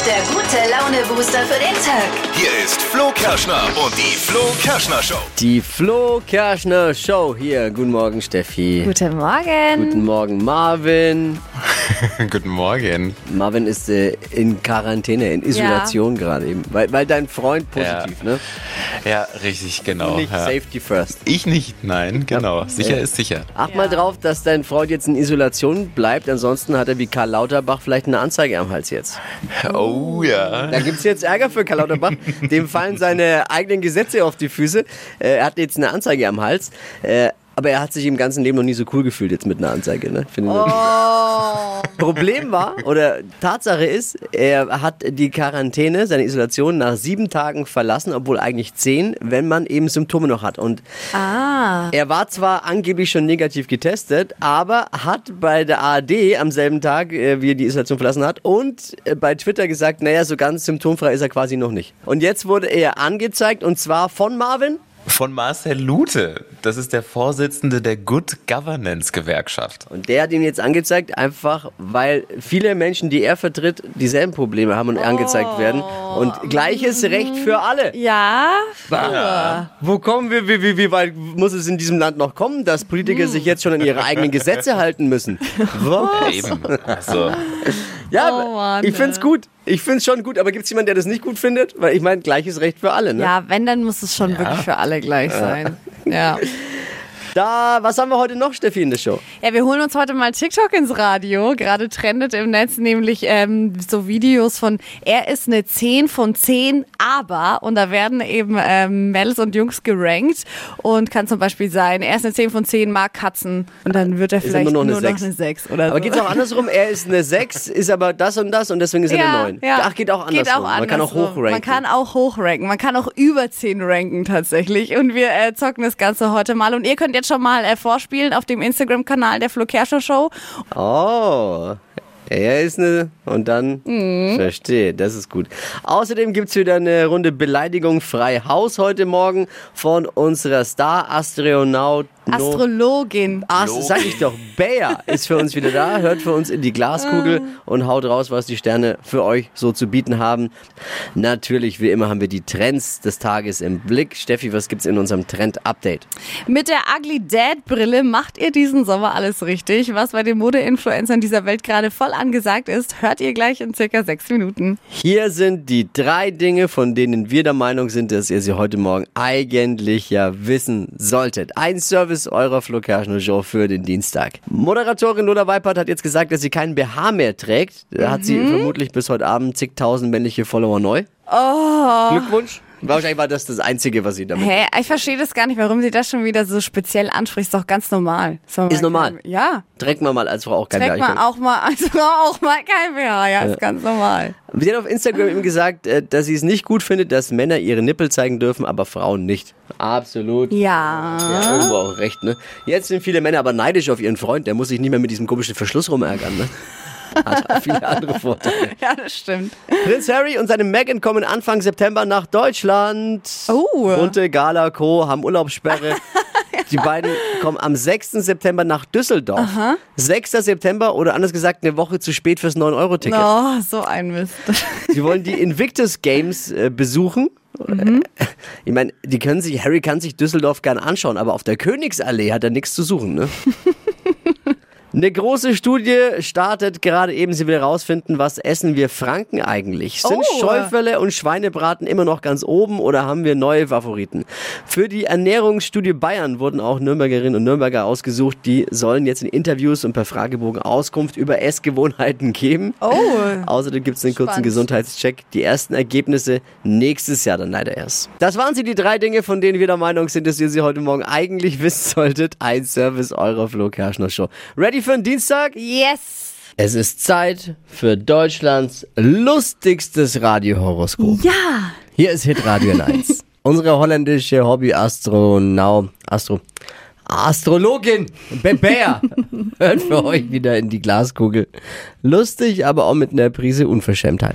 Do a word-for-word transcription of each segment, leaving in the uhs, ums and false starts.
der gute Laune-Booster für den Tag. Hier ist Flo Kerschner und die Flo Kerschner Show. Die Flo Kerschner Show hier. Guten Morgen, Steffi. Guten Morgen. Guten Morgen, Marvin. Guten Morgen. Marvin ist äh, in Quarantäne, in Isolation ja. gerade eben. Weil, weil dein Freund positiv, ja. ne? Ja, richtig, genau. Nicht ja. Safety first. Ich nicht, nein, genau. Sicher ja. ist sicher. Acht Ja. mal drauf, dass dein Freund jetzt in Isolation bleibt. Ansonsten hat er wie Karl Lauterbach vielleicht eine Anzeige am Hals jetzt. Oh ja. Da gibt es jetzt Ärger für Karl Lauterbach. Dem fallen seine eigenen Gesetze auf die Füße. Äh, er hat jetzt eine Anzeige am Hals. Äh, aber er hat sich im ganzen Leben noch nie so cool gefühlt jetzt mit einer Anzeige. Ne? Oh. Problem war, oder Tatsache ist, er hat die Quarantäne, seine Isolation nach sieben Tagen verlassen, obwohl eigentlich zehn, wenn man eben Symptome noch hat. Und Ah. er war zwar angeblich schon negativ getestet, aber hat bei der A R D am selben Tag, äh, wie er die Isolation verlassen hat, und äh, bei Twitter gesagt, naja, so ganz symptomfrei ist er quasi noch nicht. Und jetzt wurde er angezeigt, und zwar von Marvin. Von Marcel Lute. Das ist der Vorsitzende der Good Governance Gewerkschaft. Und der hat ihn jetzt angezeigt, einfach weil viele Menschen, die er vertritt, dieselben Probleme haben und oh. angezeigt werden. Und gleiches Recht für alle. Ja. ja. Wo kommen wir, wie, wie, wie weit muss es in diesem Land noch kommen, dass Politiker sich jetzt schon an ihre eigenen Gesetze halten müssen? Was? Eben. Also. Ja, Oh Mann, ich find's gut. Ich find's schon gut, aber gibt's jemanden, der das nicht gut findet? Weil ich meine, gleiches Recht für alle, ne? Ja, wenn, dann muss es schon Ja. wirklich für alle gleich sein. Ja. Da, was haben wir heute noch, Steffi, in der Show? Ja, wir holen uns heute mal TikTok ins Radio. Gerade trendet im Netz nämlich ähm, so Videos von er ist eine zehn von zehn, aber, und da werden eben ähm, Mädels und Jungs gerankt und kann zum Beispiel sein, er ist eine zehn von zehn, mag Katzen und dann wird er vielleicht immer noch eine nur sechs. noch eine sechs oder so. Aber geht's auch andersrum? Er ist eine sechs, ist aber das und das und deswegen ist er ja, eine neun. ja. Ach, geht auch andersrum. Geht auch Man kann auch andersrum. hochranken. Man kann auch hochranken. Man kann auch über zehn ranken tatsächlich. Und wir äh, zocken das Ganze heute mal. Und ihr könnt jetzt schon mal äh, vorspielen auf dem Instagram-Kanal der Flo Kerschner Show. Oh, er ist eine... Und dann... Mhm. Verstehe, das ist gut. Außerdem gibt's wieder eine Runde Beleidigung frei Haus heute Morgen von unserer Star-Astronaut... Astrologin. Ach, sag ich doch, Bea ist für uns wieder da, hört für uns in die Glaskugel und haut raus, was die Sterne für euch so zu bieten haben. Natürlich, wie immer, haben wir die Trends des Tages im Blick. Steffi, was gibt's in unserem Trend-Update? Mit der Ugly Dad Brille macht ihr diesen Sommer alles richtig. Was bei den Mode-Influencern dieser Welt gerade voll angesagt ist, hört ihr gleich in circa sechs Minuten. Hier sind die drei Dinge, von denen wir der Meinung sind, dass ihr sie heute Morgen eigentlich ja wissen solltet. Ein Service eurer Flo Kerschner Show für den Dienstag. Moderatorin Lola Weipert hat jetzt gesagt, dass sie keinen B H mehr trägt. Da mhm. hat sie vermutlich bis heute Abend zigtausend männliche Follower neu. Oh. Glückwunsch. Wahrscheinlich war das das Einzige, was sie damit... Hä? Ich verstehe das gar nicht, warum sie das schon wieder so speziell anspricht. Ist doch ganz normal. Soll Ist normal? Kein, ja. Trägt man mal als Frau auch kein Trägt B H. man auch mal, also auch mal kein B H. Ja, ist ganz normal. Sie hat auf Instagram eben gesagt, dass sie es nicht gut findet, dass Männer ihre Nippel zeigen dürfen, aber Frauen nicht. Absolut. Ja. Ja, irgendwo auch recht, ne? Jetzt sind viele Männer aber neidisch auf ihren Freund. Der muss sich nicht mehr mit diesem komischen Verschluss rumärgern, ne? Hat viele andere Vorteile. Ja, das stimmt. Prinz Harry und seine Meghan kommen Anfang September nach Deutschland. Oh. Bunte, Gala, Co. haben Urlaubssperre. Die beiden kommen am sechsten September nach Düsseldorf. Aha. sechster September oder anders gesagt eine Woche zu spät fürs neun Euro Ticket. Oh, so ein Mist. Sie wollen die Invictus Games äh, besuchen. Mhm. Ich meine, die können sich, Harry kann sich Düsseldorf gern anschauen, aber auf der Königsallee hat er nichts zu suchen, ne? Eine große Studie startet gerade eben. Sie will herausfinden, was essen wir Franken eigentlich? Sind Oh. Schäufele und Schweinebraten immer noch ganz oben oder haben wir neue Favoriten? Für die Ernährungsstudie Bayern wurden auch Nürnbergerinnen und Nürnberger ausgesucht. Die sollen jetzt in Interviews und per Fragebogen Auskunft über Essgewohnheiten geben. Oh. Außerdem gibt es einen kurzen Spannend. Gesundheitscheck. Die ersten Ergebnisse nächstes Jahr dann leider erst. Das waren sie, die drei Dinge, von denen wir der Meinung sind, dass ihr sie heute Morgen eigentlich wissen solltet. Ein Service eurer Flo Kerschner Show. Ready für den Dienstag? Yes. Es ist Zeit für Deutschlands lustigstes Radiohoroskop. Ja. Hier ist Hitradio eins. Unsere holländische Hobby-Astronaut, Astro, Astrologin Bebär hört für euch wieder in die Glaskugel. Lustig, aber auch mit einer Prise Unverschämtheit.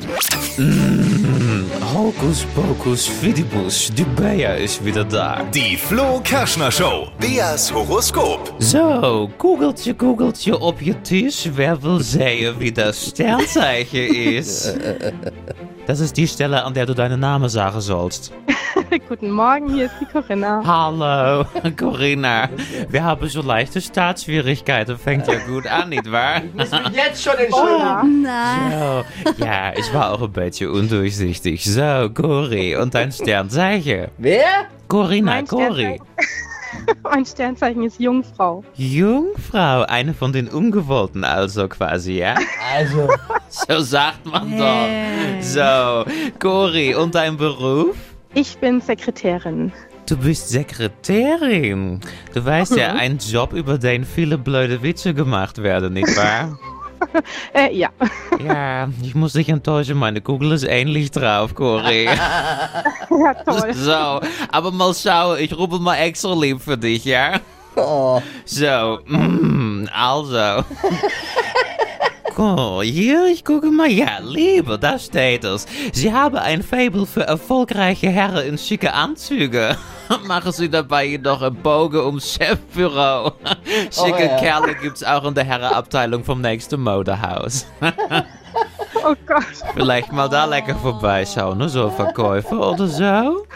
Hokus Pokus Fidibus, die Bea ist wieder da. Die Flo Kerschner Show. Beas Horoskop. So, googeltje, googeltje op je Tisch. Wer will sehen, wie das Sternzeichen ist? Das ist die Stelle, an der du deinen Namen sagen sollst. Guten Morgen, hier ist die Corinna. Hallo, Corinna. Wir haben so leichte Startschwierigkeiten. Fängt ja gut an, nicht wahr? Jetzt schon entschuldigen. Na. So, ja, ich war auch ein bisschen undurchsichtig. So, Cori, und dein Sternzeichen? Wer? Corinna, Mein Cori. Mein Sternzeichen ist Jungfrau. Jungfrau, eine von den Ungewollten also quasi, ja? Also, So sagt man doch. So, Cori, und dein Beruf? Ich bin Sekretärin. Du bist Sekretärin. Du weißt ja, ein Job, über den viele blöde Witze gemacht werden, nicht wahr? Äh, ja. Ja, ich muss dich enttäuschen, meine Kugel ist ähnlich drauf, Cori. Ja, toll. So, aber mal schauen, ich rufe mal extra lieb für dich, ja? oh. So, mm, also. Oh, hier, ich gucke mal. Ja, Liebe, da steht es. Sie haben ein Faible für erfolgreiche Herren in schicke Anzüge. Machen Sie dabei jedoch einen Bogen ums Chefbüro. Schicke Oh, ja. Kerle gibt's auch in der Herrenabteilung vom nächsten Modehaus. Oh Gott. Vielleicht mal da lecker vorbeischauen, ne? So Verkäufer oder so.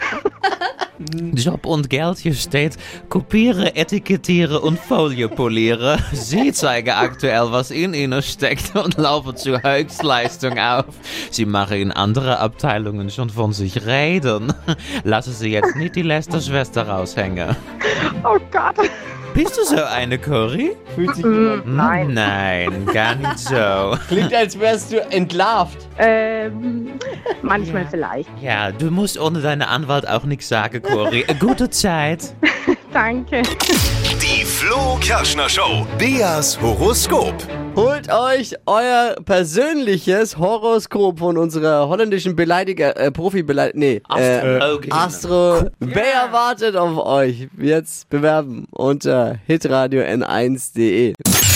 Job und Geld, hier steht kopiere, etikettiere und Folie poliere. Sie zeigen aktuell, was in ihnen steckt und laufen zur Höchstleistung auf. Sie machen in andere Abteilungen schon von sich reden. Lassen Sie jetzt nicht die letzte Schwester raushängen. Oh Gott. Bist du so eine, Cori? Fühlt sich jemand. Nein. Nein, gar nicht so. Klingt, als wärst du entlarvt. Ähm, manchmal vielleicht. Ja, du musst ohne deinen Anwalt auch nichts sagen, Cori. Gute Zeit. Danke. Die Flo Kerschner Show. Beas Horoskop. Holt euch euer persönliches Horoskop von unserer holländischen Beleidiger, äh, Profi-Beleidiger, nee, äh, Astrologin. Astro. Wer wartet auf euch? Jetzt bewerben unter hitradio n eins punkt de.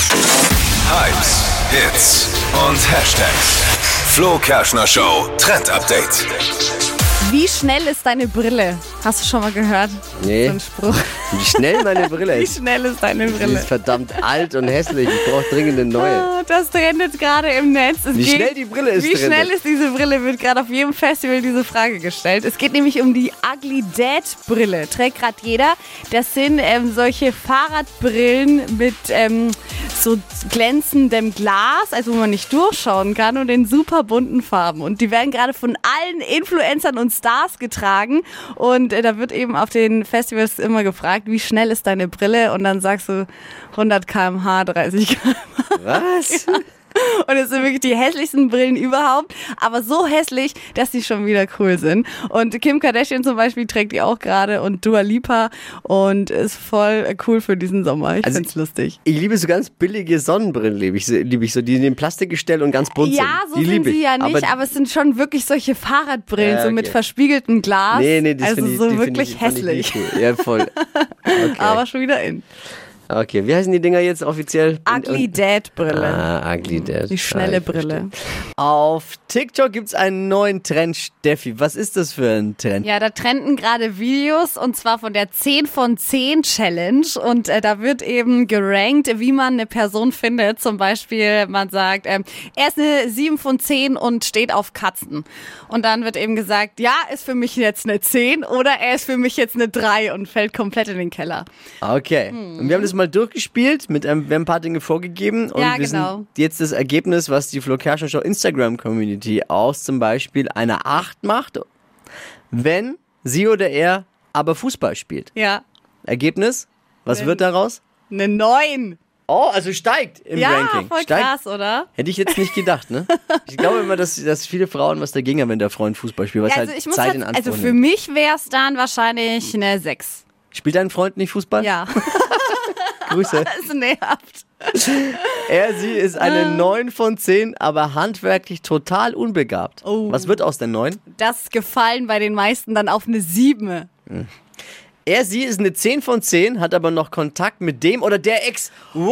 Hypes, Hits und Hashtags. Flo Kerschner Show Trend Update. Wie schnell ist deine Brille? Hast du schon mal gehört? Nee. So ein Spruch. Wie schnell meine Brille Wie ist. schnell ist deine Die Brille? ist verdammt alt und hässlich. Ich brauche dringend eine neue. Ah, Das trendet gerade im Netz. Es Wie geht- schnell die Brille ist Wie trendet. schnell ist diese Brille? Wird gerade auf jedem Festival diese Frage gestellt. Es geht nämlich um die Ugly Dad Brille. Trägt gerade jeder. Das sind ähm, solche Fahrradbrillen mit ähm, so glänzendem Glas, also wo man nicht durchschauen kann und in super bunten Farben. Und die werden gerade von allen Influencern und Stars getragen. Und äh, da wird eben auf den Festivals immer gefragt, wie schnell ist deine Brille? Und dann sagst du hundert Kilometer pro Stunde, dreißig Kilometer pro Stunde. Was? Und es sind wirklich die hässlichsten Brillen überhaupt, aber so hässlich, dass die schon wieder cool sind. Und Kim Kardashian zum Beispiel trägt die auch gerade und Dua Lipa und ist voll cool für diesen Sommer. Ich Also find's lustig. Ich liebe so ganz billige Sonnenbrillen, liebe ich, so- liebe ich so, die in den Plastikgestell und ganz bunt sind. Ja, so die sind liebe sie ich. ja nicht, aber, aber es sind schon wirklich solche Fahrradbrillen, Ja, so mit okay. verspiegeltem Glas. Nee, nee, das also finde ich, so die finde wirklich ich, fand ich hässlich. nicht cool. Ja, voll. Okay. Aber schon wieder in. Okay, wie heißen die Dinger jetzt offiziell? Ugly Dad Brille. Ah, Ugly Dad. Die schnelle Ah, ich Brille. verstehe. Auf TikTok gibt es einen neuen Trend, Steffi. Was ist das für ein Trend? Ja, da trenden gerade Videos und zwar von der zehn von zehn Challenge und äh, da wird eben gerankt, wie man eine Person findet. Zum Beispiel, man sagt, ähm, er ist eine sieben von zehn und steht auf Katzen. Und dann wird eben gesagt, ja, ist für mich jetzt eine zehn oder er ist für mich jetzt eine drei und fällt komplett in den Keller. Okay. Und wir haben das mal durchgespielt, mit einem, wir haben ein paar Dinge vorgegeben und Ja, wir genau. sind jetzt das Ergebnis, was die Flo Kerschner Show Instagram-Community aus zum Beispiel einer acht macht, wenn sie oder er aber Fußball spielt. Ja, Ergebnis? Was Wenn- wird daraus? eine neun. Oh, also steigt im Ja, Ranking. voll steigt. krass, oder? Hätte ich jetzt nicht gedacht, ne? Ich glaube immer, dass, dass viele Frauen was dagegen haben, wenn der Freund Fußball spielt, weil es Ja, also halt ich muss Zeit halt, in Anspruch also für nimmt. mich wäre es dann wahrscheinlich eine sechs. Spielt dein Freund nicht Fußball? Ja, Grüße. das nervt. Er, sie ist Ah. eine neun von zehn, aber handwerklich total unbegabt. Oh. Was wird aus der neun? Das gefallen bei den meisten dann auf eine sieben. Er, sie ist eine zehn von zehn, hat aber noch Kontakt mit dem oder der Ex.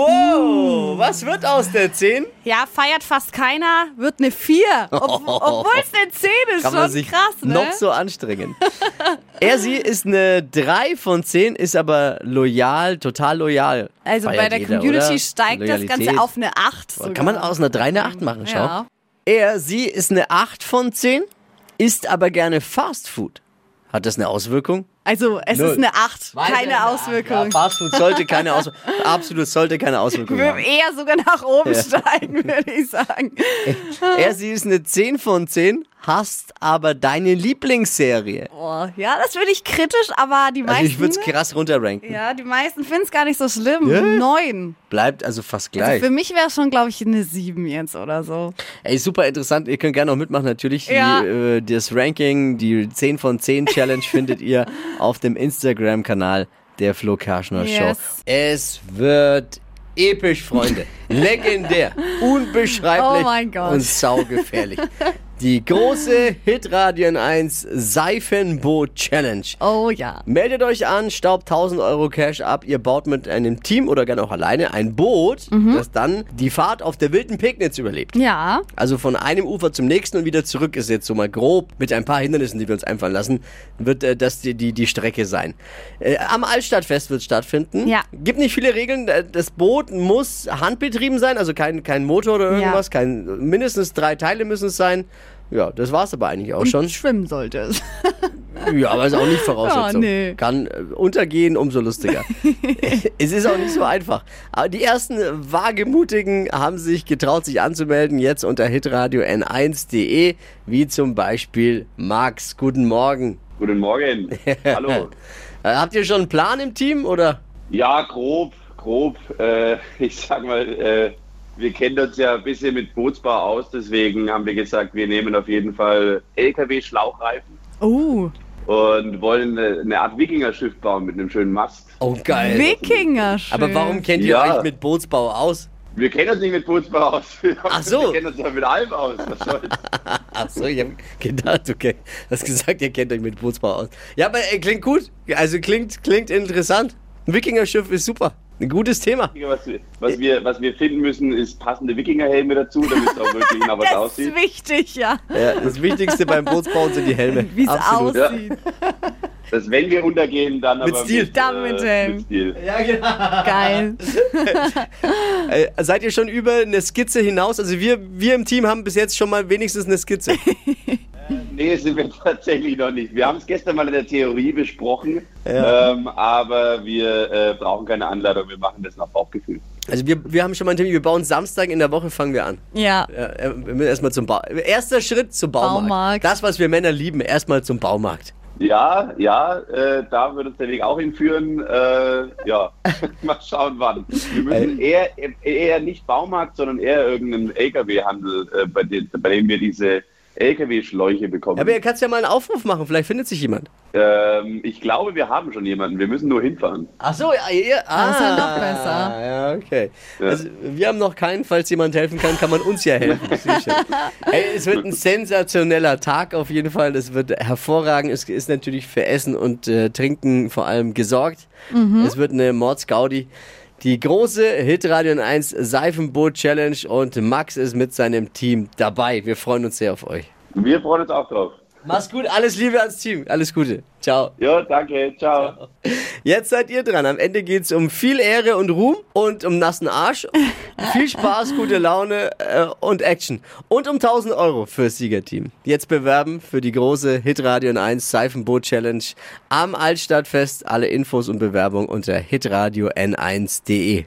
Wow, was wird aus der zehn? Ja, feiert fast keiner, wird eine vier. Ob, obwohl es eine zehn ist, Kann schon man sich krass, ne? noch so anstrengen. Er, sie ist eine drei von zehn, ist aber loyal, total loyal. Also Feiert bei der jeder, Community oder? steigt Loyalität. das Ganze auf eine acht. Sogar. Kann man aus einer drei eine acht machen, schau. Ja. Er, sie ist eine acht von zehn, isst aber gerne Fast Food. Hat das eine Auswirkung? Also es Null. ist eine acht, keine Auswirkung. Ja, Fast Food sollte keine Auswirkung, absolut sollte keine Auswirkung Würde haben. eher sogar nach oben Ja. steigen, würde ich sagen. Er, sie ist eine zehn von zehn, hasst aber deine Lieblingsserie. Oh, ja, das finde ich kritisch, aber die meisten. Also ich würde es krass runterranken. Ja, die meisten finden es gar nicht so schlimm. Ja? Neun. Bleibt also fast Also gleich. für mich wäre es schon, glaube ich, eine sieben jetzt oder so. Ey, super interessant. Ihr könnt gerne noch mitmachen. Natürlich, Ja. die, äh, das Ranking, die zehn von zehn Challenge findet ihr auf dem Instagram-Kanal der Flo Kerschner Show. Yes. Es wird episch, Freunde. Legendär, unbeschreiblich Oh mein Gott. und saugefährlich. Die große Hitradio N eins Seifenboot Challenge. Oh ja. Meldet euch an, staubt tausend Euro Cash ab. Ihr baut mit einem Team oder gerne auch alleine ein Boot, das dann die Fahrt auf der wilden Pegnitz überlebt. Ja. Also von einem Ufer zum nächsten und wieder zurück ist jetzt so mal grob mit ein paar Hindernissen, die wir uns einfallen lassen, wird äh, das die, die, die Strecke sein. Äh, am Altstadtfest wird es stattfinden. Ja. Gibt nicht viele Regeln. Äh, Das Boot muss handbetrieben sein, also kein, kein Motor oder irgendwas. Ja. Kein, mindestens drei Teile müssen es sein. Ja, das war's aber eigentlich auch Und schon. schwimmen sollte es. Ja, aber ist auch nicht Voraussetzung. Oh, nee. Kann äh, untergehen, umso lustiger. Es ist auch nicht so einfach. Aber die ersten Wagemutigen haben sich getraut, sich anzumelden, jetzt unter hitradio n eins punkt de, wie zum Beispiel Max. Guten Morgen. Guten Morgen. Hallo. Äh, Habt ihr schon einen Plan im Team, oder? Ja, grob, grob. Äh, ich sag mal, äh, wir kennen uns ja ein bisschen mit Bootsbau aus, deswegen haben wir gesagt, wir nehmen auf jeden Fall L K W-Schlauchreifen Oh, und wollen eine, eine Art Wikingerschiff bauen mit einem schönen Mast. Oh, geil. Wikinger. Aber warum kennt ihr Ja. euch mit Bootsbau aus? Wir kennen uns nicht mit Bootsbau aus. Ach so. Wir kennen uns ja mit allem aus. Was soll's? Achso, ich hab gedacht, okay. Du hast gesagt, ihr kennt euch mit Bootsbau aus. Ja, aber äh, klingt gut. Also klingt, klingt interessant. Ein Wikingerschiff ist super. Ein gutes Thema. Was wir, was, wir, was wir finden müssen, ist passende Wikingerhelme dazu, damit es auch wirklich nach was Das aussieht. ist wichtig, ja. Ja, das Wichtigste beim Bootsbauen sind die Helme. Wie es Absolut. aussieht. Dass wenn wir untergehen, dann Mit aber Stil. Mit, Dann mit Helm. mit Stil. Ja, genau. Geil. Äh, seid ihr schon über eine Skizze hinaus? Also wir, wir im Team haben bis jetzt schon mal wenigstens eine Skizze. Nee, sind wir tatsächlich noch nicht. Wir haben es gestern mal in der Theorie besprochen, ähm, aber wir äh, brauchen keine Anleitung, wir machen das nach Bauchgefühl. Also wir, wir haben schon mal einen Termin, wir bauen Samstag in der Woche, fangen wir an. Ja. Ja, äh, wir müssen erstmal zum Bau. Erster Schritt zum Baumarkt. Baumarkt. Das, was wir Männer lieben, erstmal zum Baumarkt. Ja, ja, äh, da wird uns der Weg auch hinführen. Äh, ja, mal schauen wann. Wir müssen eher, eher nicht Baumarkt, sondern eher irgendeinen L K W-Handel, äh, bei, dem, bei dem wir diese L K W-Schläuche bekommen. Aber ihr kannst ja mal einen Aufruf machen, vielleicht findet sich jemand. Ähm, ich glaube, wir haben schon jemanden. Wir müssen nur hinfahren. Ach so, ja, ihr, ah, Das ist ja noch besser. Ja, okay. Ja. Also wir haben noch keinen, falls jemand helfen kann, kann man uns ja helfen. Sehr schön. Hey, es wird ein sensationeller Tag auf jeden Fall. Es wird hervorragend. Es ist natürlich für Essen und äh, Trinken vor allem gesorgt. Es wird eine Mordsgaudi. Die große Hitradio N eins Seifenboot Challenge und Max ist mit seinem Team dabei. Wir freuen uns sehr auf euch. Wir freuen uns auch drauf. Mach's gut, alles Liebe ans Team. Alles Gute. Ciao. Ja, danke. Ciao. Jetzt seid ihr dran. Am Ende geht's um viel Ehre und Ruhm und um nassen Arsch. Viel Spaß, gute Laune äh, und Action. Und um tausend Euro fürs Siegerteam. Jetzt bewerben für die große Hitradio N eins Seifenboot Challenge am Altstadtfest. Alle Infos und Bewerbung unter hitradio n eins punkt de.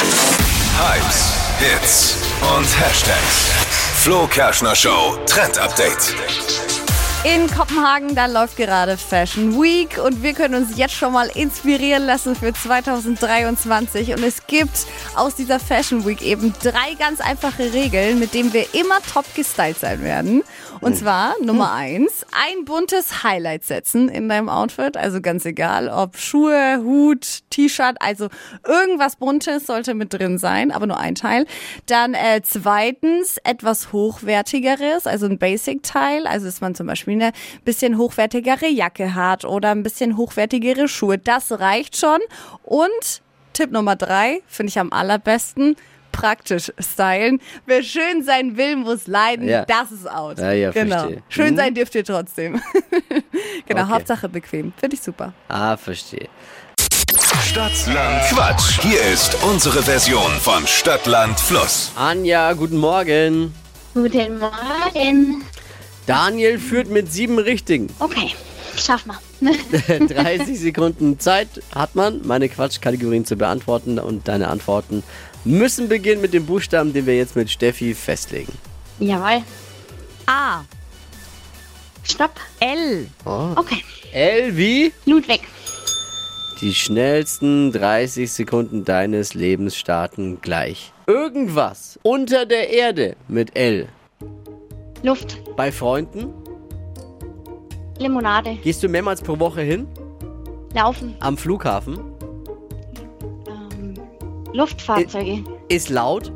Hypes, Hits und Hashtags. Flo Kerschner Show Trend Update. In Kopenhagen, da läuft gerade Fashion Week und wir können uns jetzt schon mal inspirieren lassen für zwanzig dreiundzwanzig. Und es gibt aus dieser Fashion Week eben drei ganz einfache Regeln, mit denen wir immer top gestylt sein werden. Und zwar Nummer eins, ein buntes Highlight setzen in deinem Outfit. Also ganz egal, ob Schuhe, Hut, T-Shirt, also irgendwas Buntes sollte mit drin sein, aber nur ein Teil. Dann äh, zweitens etwas Hochwertigeres, also ein Basic-Teil, also dass man zum Beispiel Beispiel eine bisschen hochwertigere Jacke hat oder ein bisschen hochwertigere Schuhe. Das reicht schon. Und Tipp Nummer drei, finde ich am allerbesten, praktisch stylen. Wer schön sein will, muss leiden. Ja. Das ist out. Ja, ja, genau. verstehe. Schön Hm. sein dürft ihr trotzdem. Genau, Okay. Hauptsache bequem. Finde ich super. Ah, verstehe. Stadtland Quatsch. Hier ist unsere Version von Stadtland Fluss. Anja, guten Morgen. Guten Morgen. Daniel führt mit sieben Richtigen. Okay, schaff mal. Ne? dreißig Sekunden Zeit hat man, meine Quatschkategorien zu beantworten. Und deine Antworten müssen beginnen mit dem Buchstaben, den wir jetzt mit Steffi festlegen. Jawohl. A. Stopp. L. Okay. L wie? Ludwig. Die schnellsten dreißig Sekunden deines Lebens starten gleich. Irgendwas unter der Erde mit L. Luft. Bei Freunden? Limonade. Gehst du mehrmals pro Woche hin? Laufen. Am Flughafen? Ähm, Luftfahrzeuge. Ist laut?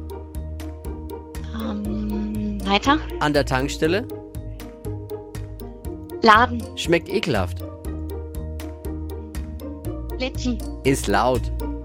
Ähm, weiter. An der Tankstelle? Laden. Schmeckt ekelhaft? Litchi. Ist laut?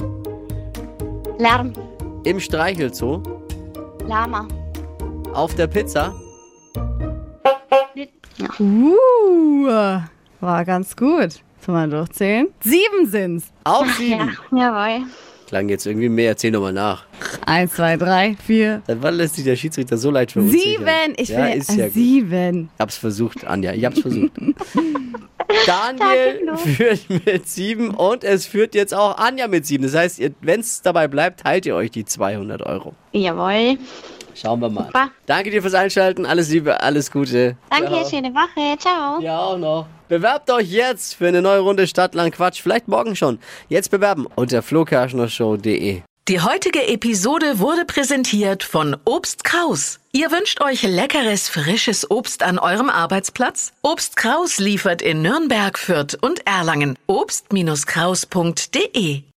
Lärm. Im Streichelzoo? Lama. Auf der Pizza? Lit ja. Uh, war ganz gut. Soll man durchzählen? Sieben sind's. Auch ja, sieben. jawohl. Klang jetzt irgendwie mehr. Erzähl nochmal nach. Eins, zwei, drei, vier. Seit wann lässt sich der Schiedsrichter so leicht verunsichern? Sieben. Ich ja, will ist ja gut. sieben. Ich hab's versucht, Anja. Ich hab's versucht. Daniel Danke, Flo. führt mit sieben und es führt jetzt auch Anja mit sieben. Das heißt, wenn es dabei bleibt, teilt ihr euch die zweihundert Euro. Jawohl. Schauen wir mal. Super. Danke dir fürs Einschalten. Alles Liebe, alles Gute. Danke, Ciao. schöne Woche. Ciao. Ja, auch noch. Bewerbt euch jetzt für eine neue Runde Stadtland Quatsch. Vielleicht morgen schon. Jetzt bewerben unter flo kerschner show punkt de. Die heutige Episode wurde präsentiert von Obst Kraus. Ihr wünscht euch leckeres, frisches Obst an eurem Arbeitsplatz? Obst Kraus liefert in Nürnberg, Fürth und Erlangen. obst Kraus punkt de